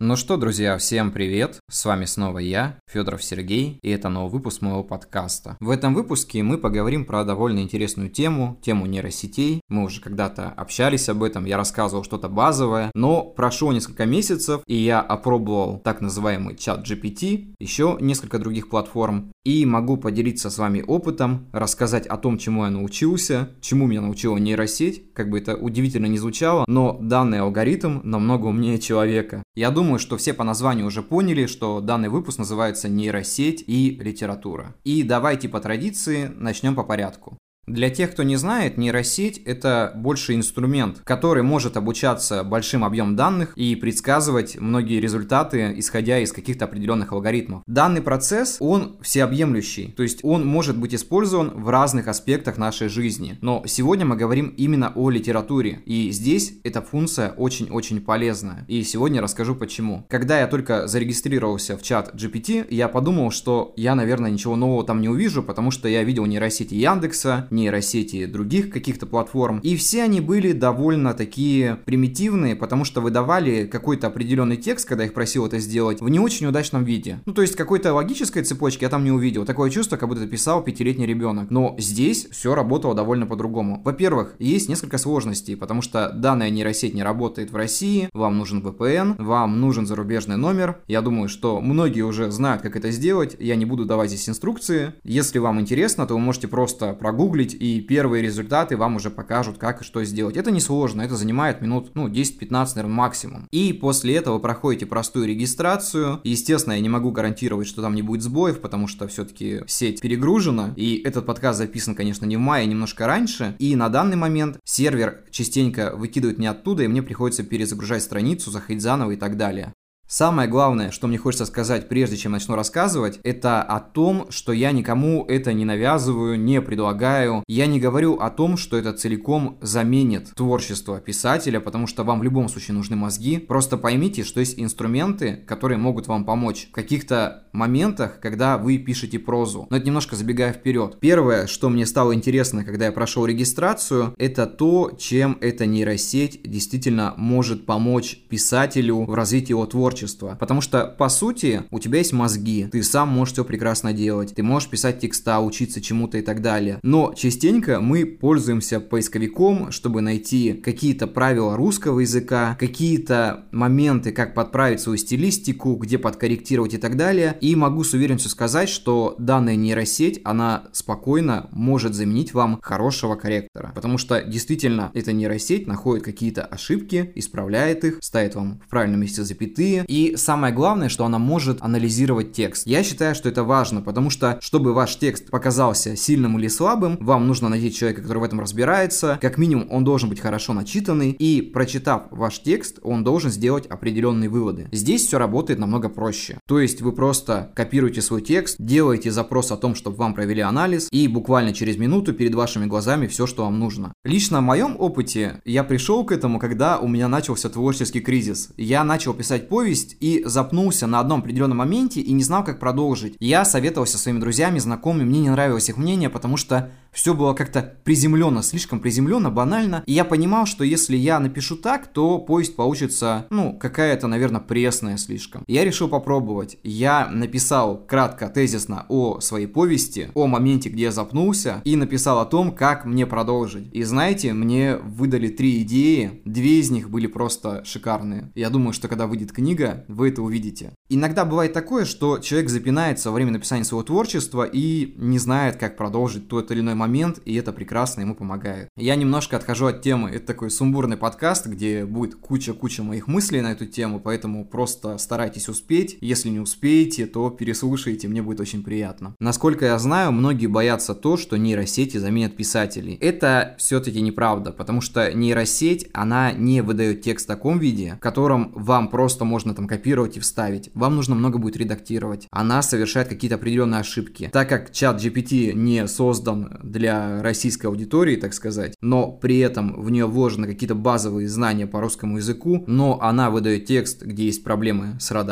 Ну что, друзья, всем привет! С вами снова я, Федоров Сергей, и это новый выпуск моего подкаста. В этом выпуске мы поговорим про довольно интересную тему нейросетей. Мы уже когда-то общались об этом, я рассказывал что-то базовое, но прошло несколько месяцев, и я опробовал так называемый ChatGPT, еще несколько других платформ, и могу поделиться с вами опытом, рассказать о том, чему я научился, чему меня научила нейросеть, как бы это удивительно не звучало, но данный алгоритм намного умнее человека. Я думаю, что все по названию уже поняли, что данный выпуск называется «Нейросеть и литература». И давайте по традиции начнем по порядку. Для тех, кто не знает, нейросеть – это больше инструмент, который может обучаться большим объемом данных и предсказывать многие результаты, исходя из каких-то определенных алгоритмов. Данный процесс, он всеобъемлющий, то есть он может быть использован в разных аспектах нашей жизни. Но сегодня мы говорим именно о литературе, и здесь эта функция очень-очень полезная. И сегодня расскажу почему. Когда я только зарегистрировался в чат GPT, я подумал, что я, наверное, ничего нового там не увижу, потому что я видел нейросети Яндекса, нейросети других каких-то платформ, и все они были довольно такие примитивные, потому что выдавали какой-то определенный текст, когда их просил это сделать, в не очень удачном виде. Ну, то есть какой-то логической цепочки я там не увидел. Такое чувство, как будто это писал 5-летний ребенок. Но здесь все работало довольно по-другому. Во-первых, есть несколько сложностей, потому что данная нейросеть не работает в России, вам нужен VPN, вам нужен зарубежный номер. Я думаю, что многие уже знают, как это сделать, я не буду давать здесь инструкции. Если вам интересно, то вы можете просто прогуглить, и первые результаты вам уже покажут, как и что сделать. Это несложно, это занимает минут, 10-15, наверное, максимум. И после этого вы проходите простую регистрацию. Естественно, я не могу гарантировать, что там не будет сбоев, потому что все-таки сеть перегружена, и этот подкаст записан, конечно, не в мае, а немножко раньше, и на данный момент сервер частенько выкидывает меня оттуда, и мне приходится перезагружать страницу, заходить заново и так далее. Самое главное, что мне хочется сказать, прежде чем начну рассказывать, это о том, что я никому это не навязываю, не предлагаю. Я не говорю о том, что это целиком заменит творчество писателя, потому что вам в любом случае нужны мозги. Просто поймите, что есть инструменты, которые могут вам помочь в каких-то моментах, когда вы пишете прозу. Но это немножко забегая вперед. Первое, что мне стало интересно, когда я прошел регистрацию, это то, чем эта нейросеть действительно может помочь писателю в развитии его творчества. Потому что, по сути, у тебя есть мозги, ты сам можешь все прекрасно делать, ты можешь писать текста, учиться чему-то и так далее. Но частенько мы пользуемся поисковиком, чтобы найти какие-то правила русского языка, какие-то моменты, как подправить свою стилистику, где подкорректировать и так далее. И могу с уверенностью сказать, что данная нейросеть, она спокойно может заменить вам хорошего корректора. Потому что, действительно, эта нейросеть находит какие-то ошибки, исправляет их, ставит вам в правильном месте запятые. И самое главное, что она может анализировать текст. Я считаю, что это важно, потому что, чтобы ваш текст показался сильным или слабым, вам нужно найти человека, который в этом разбирается. Как минимум, он должен быть хорошо начитанный. И, прочитав ваш текст, он должен сделать определенные выводы. Здесь все работает намного проще. То есть вы просто копируете свой текст, делаете запрос о том, чтобы вам провели анализ, и буквально через минуту перед вашими глазами все, что вам нужно. Лично в моем опыте я пришел к этому, когда у меня начался творческий кризис. Я начал писать повесть и запнулся на одном определенном моменте и не знал, как продолжить. Я советовался со своими друзьями, знакомыми, мне не нравилось их мнение, потому что все было как-то приземленно, слишком приземленно, банально. И я понимал, что если я напишу так, то повесть получится, какая-то, наверное, пресная слишком. Я решил попробовать. Я написал кратко, тезисно о своей повести, о моменте, где я запнулся, и написал о том, как мне продолжить. И знаете, мне выдали 3 идеи, 2 из них были просто шикарные. Я думаю, что когда выйдет книга, вы это увидите. Иногда бывает такое, что человек запинается во время написания своего творчества и не знает, как продолжить тот или иной момент, и это прекрасно ему помогает. Я немножко отхожу от темы. Это такой сумбурный подкаст, где будет куча моих мыслей на эту тему, поэтому просто старайтесь успеть. Если не успеете, то переслушайте, мне будет очень приятно. Насколько я знаю, многие боятся то, что нейросети заменят писателей. Это все-таки неправда, потому что нейросеть, она не выдает текст в таком виде, в котором вам просто можно там копировать и вставить. Вам нужно много будет редактировать. Она совершает какие-то определенные ошибки. Так как чат GPT не создан для российской аудитории, так сказать, но при этом в нее вложены какие-то базовые знания по русскому языку, но она выдает текст, где есть проблемы с родами,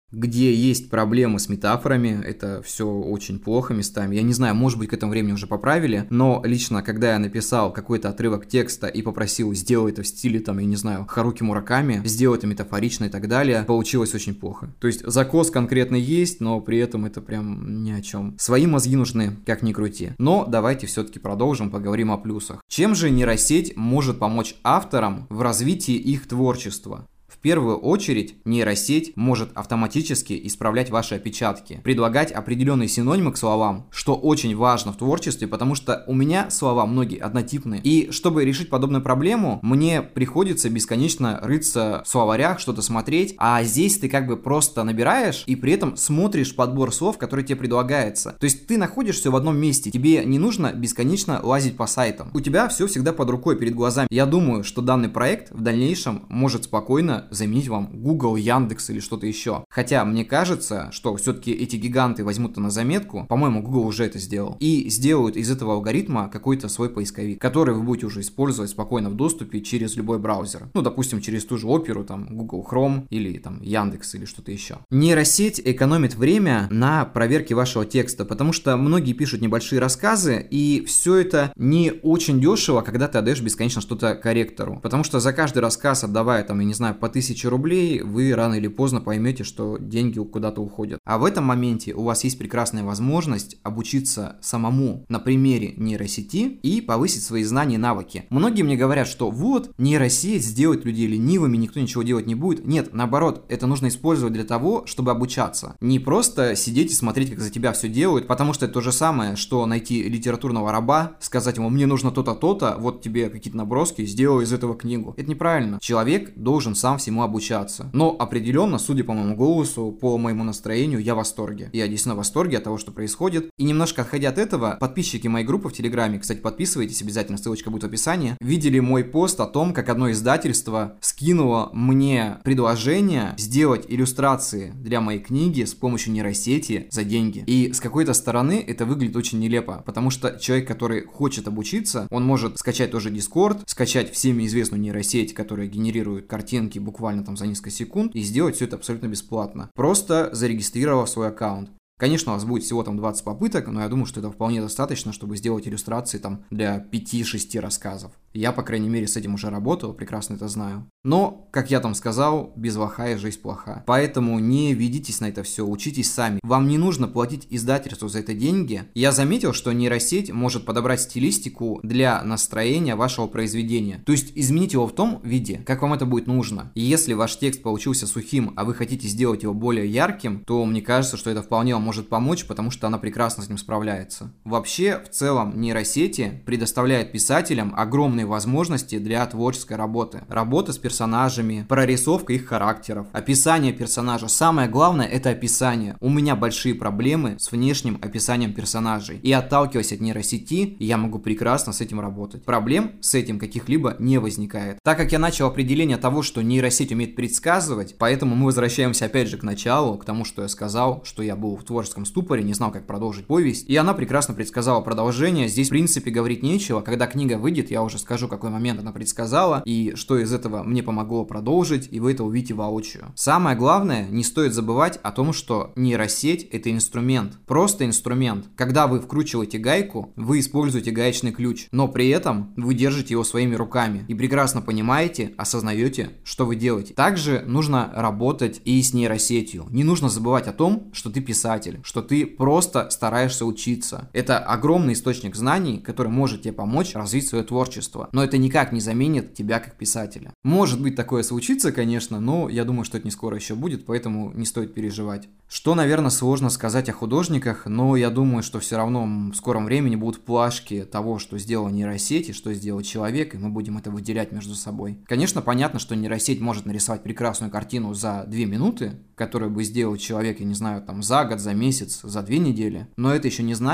где есть проблемы с метафорами, это все очень плохо местами. Я не знаю, может быть, к этому времени уже поправили, но лично, когда я написал какой-то отрывок текста и попросил сделать это в стиле, там, я не знаю, Харуки Мураками, сделать это метафорично и так далее, получилось очень плохо. То есть закос конкретно есть, но при этом это прям ни о чем. Свои мозги нужны, как ни крути. Но давайте все-таки продолжим, поговорим о плюсах. Чем же нейросеть может помочь авторам в развитии их творчества? В первую очередь, нейросеть может автоматически исправлять ваши опечатки, предлагать определенные синонимы к словам, что очень важно в творчестве, потому что у меня слова многие однотипные. И чтобы решить подобную проблему, мне приходится бесконечно рыться в словарях, что-то смотреть, а здесь ты как бы просто набираешь и при этом смотришь подбор слов, который тебе предлагается. То есть ты находишься в одном месте, тебе не нужно бесконечно лазить по сайтам. У тебя все всегда под рукой, перед глазами. Я думаю, что данный проект в дальнейшем может спокойно заменить вам Google, Яндекс или что-то еще. Хотя мне кажется, что все-таки эти гиганты возьмут-то на заметку, по-моему, Google уже это сделал, и сделают из этого алгоритма какой-то свой поисковик, который вы будете уже использовать спокойно в доступе через любой браузер. Ну, допустим, через ту же Оперу, там, Google Chrome или там Яндекс или что-то еще. Нейросеть экономит время на проверке вашего текста, потому что многие пишут небольшие рассказы, и все это не очень дешево, когда ты отдаешь бесконечно что-то корректору. Потому что за каждый рассказ, отдавая, там, я не знаю, по 1000 рублей, вы рано или поздно поймете, что деньги куда-то уходят. А в этом моменте у вас есть прекрасная возможность обучиться самому на примере нейросети и повысить свои знания и навыки. Многие мне говорят, что вот, нейросеть сделает людей ленивыми, никто ничего делать не будет. Нет, наоборот, это нужно использовать для того, чтобы обучаться. Не просто сидеть и смотреть, как за тебя все делают, потому что это то же самое, что найти литературного раба, сказать ему, мне нужно то-то, то-то, вот тебе какие-то наброски, сделай из этого книгу. Это неправильно. Человек должен сам всему обучаться. Но определенно, судя по моему голосу, по моему настроению, я в восторге. Я действительно в восторге от того, что происходит. И немножко отходя от этого, подписчики моей группы в Телеграме, кстати, подписывайтесь обязательно, ссылочка будет в описании, видели мой пост о том, как одно издательство скинуло мне предложение сделать иллюстрации для моей книги с помощью нейросети за деньги. И с какой-то стороны это выглядит очень нелепо, потому что человек, который хочет обучиться, он может скачать тоже Discord, скачать всеми известную нейросеть, которая генерирует картинки буквально там за несколько секунд, и сделать все это абсолютно бесплатно, просто зарегистрировав свой аккаунт. Конечно, у вас будет всего там 20 попыток, но я думаю, что это вполне достаточно, чтобы сделать иллюстрации там для 5-6 рассказов. Я, по крайней мере, с этим уже работал, прекрасно это знаю. Но, как я там сказал, без лоха и жизнь плоха. Поэтому не ведитесь на это все, учитесь сами. Вам не нужно платить издательству за это деньги. Я заметил, что нейросеть может подобрать стилистику для настроения вашего произведения. То есть изменить его в том виде, как вам это будет нужно. И если ваш текст получился сухим, а вы хотите сделать его более ярким, то мне кажется, что это вполне вам может помочь, потому что она прекрасно с ним справляется. Вообще, в целом, нейросети предоставляют писателям огромные возможности для творческой работы. Работа с персонажами, прорисовка их характеров, описание персонажа. Самое главное — это описание. У меня большие проблемы с внешним описанием персонажей. И отталкиваясь от нейросети, я могу прекрасно с этим работать. Проблем с этим каких-либо не возникает. Так как я начал определение того, что нейросеть умеет предсказывать, поэтому мы возвращаемся опять же к началу, к тому, что я сказал, что я был в творческом ступоре, не знал, как продолжить повесть. И она прекрасно предсказала продолжение. Здесь, в принципе, говорить нечего. Когда книга выйдет, я уже скажу, какой момент она предсказала, и что из этого мне помогло продолжить, и вы это увидите воочию. Самое главное, не стоит забывать о том, что нейросеть — это инструмент. Просто инструмент. Когда вы вкручиваете гайку, вы используете гаечный ключ, но при этом вы держите его своими руками и прекрасно понимаете, осознаете, что вы делаете. Также нужно работать и с нейросетью. Не нужно забывать о том, что ты писатель, что ты просто стараешься учиться. Это огромный источник знаний, который может тебе помочь развить свое творчество. Но это никак не заменит тебя как писателя. Может быть, такое случится, конечно, но я думаю, что это не скоро еще будет, поэтому не стоит переживать. Что, наверное, сложно сказать о художниках, но я думаю, что все равно в скором времени будут плашки того, что сделала нейросеть и что сделал человек, и мы будем это выделять между собой. Конечно, понятно, что нейросеть может нарисовать прекрасную картину за 2 минуты, которую бы сделал человек, я не знаю, там за год, за месяц, за 2 недели, но это еще не значит,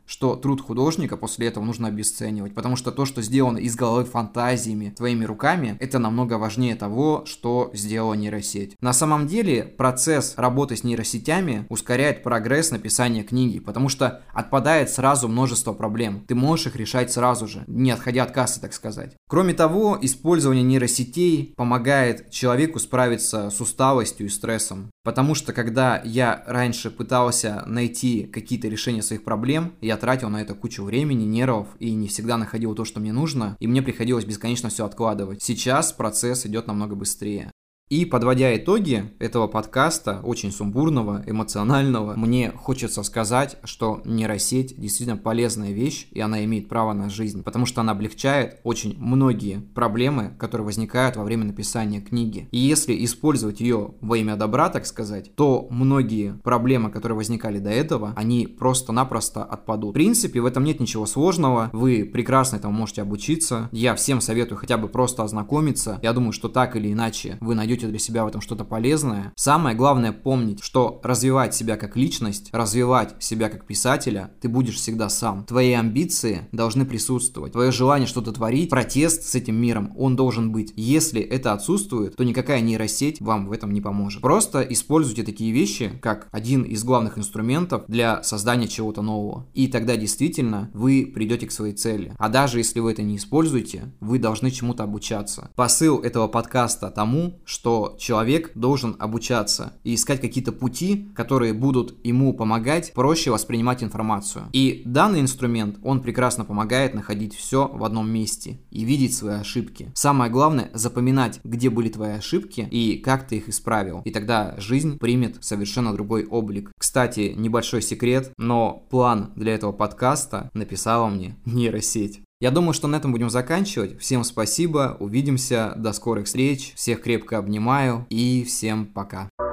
что труд художника после этого нужно обесценивать, потому что то, что сделано из головы фантазиями, твоими руками, это намного важнее того, что сделала нейросеть. На самом деле, процесс работы с нейросетями ускоряет прогресс написания книги, потому что отпадает сразу множество проблем. Ты можешь их решать сразу же, не отходя от кассы, так сказать. Кроме того, использование нейросетей помогает человеку справиться с усталостью и стрессом. Потому что когда я раньше пытался найти какие-то решения своих проблем, я тратил на это кучу времени, нервов и не всегда находил то, что мне нужно, и мне приходилось бесконечно все откладывать. Сейчас процесс идет намного быстрее. И подводя итоги этого подкаста, очень сумбурного, эмоционального, мне хочется сказать, что нейросеть действительно полезная вещь, и она имеет право на жизнь, потому что она облегчает очень многие проблемы, которые возникают во время написания книги. И если использовать ее во имя добра, так сказать, то многие проблемы, которые возникали до этого, они просто-напросто отпадут. В принципе, в этом нет ничего сложного, вы прекрасно этому можете обучиться. Я всем советую хотя бы просто ознакомиться. Я думаю, что так или иначе вы найдете для себя в этом что-то полезное. Самое главное помнить, что развивать себя как личность, развивать себя как писателя, ты будешь всегда сам. Твои амбиции должны присутствовать. Твое желание что-то творить, протест с этим миром, он должен быть. Если это отсутствует, то никакая нейросеть вам в этом не поможет. Просто используйте такие вещи, как один из главных инструментов для создания чего-то нового. И тогда действительно вы придете к своей цели. А даже если вы это не используете, вы должны чему-то обучаться. Посыл этого подкаста тому, что человек должен обучаться и искать какие-то пути, которые будут ему помогать проще воспринимать информацию. И данный инструмент, он прекрасно помогает находить все в одном месте и видеть свои ошибки. Самое главное — запоминать, где были твои ошибки и как ты их исправил. И тогда жизнь примет совершенно другой облик. Кстати, небольшой секрет, но план для этого подкаста написала мне нейросеть. Я думаю, что на этом будем заканчивать. Всем спасибо, увидимся, до скорых встреч, всех крепко обнимаю и всем пока.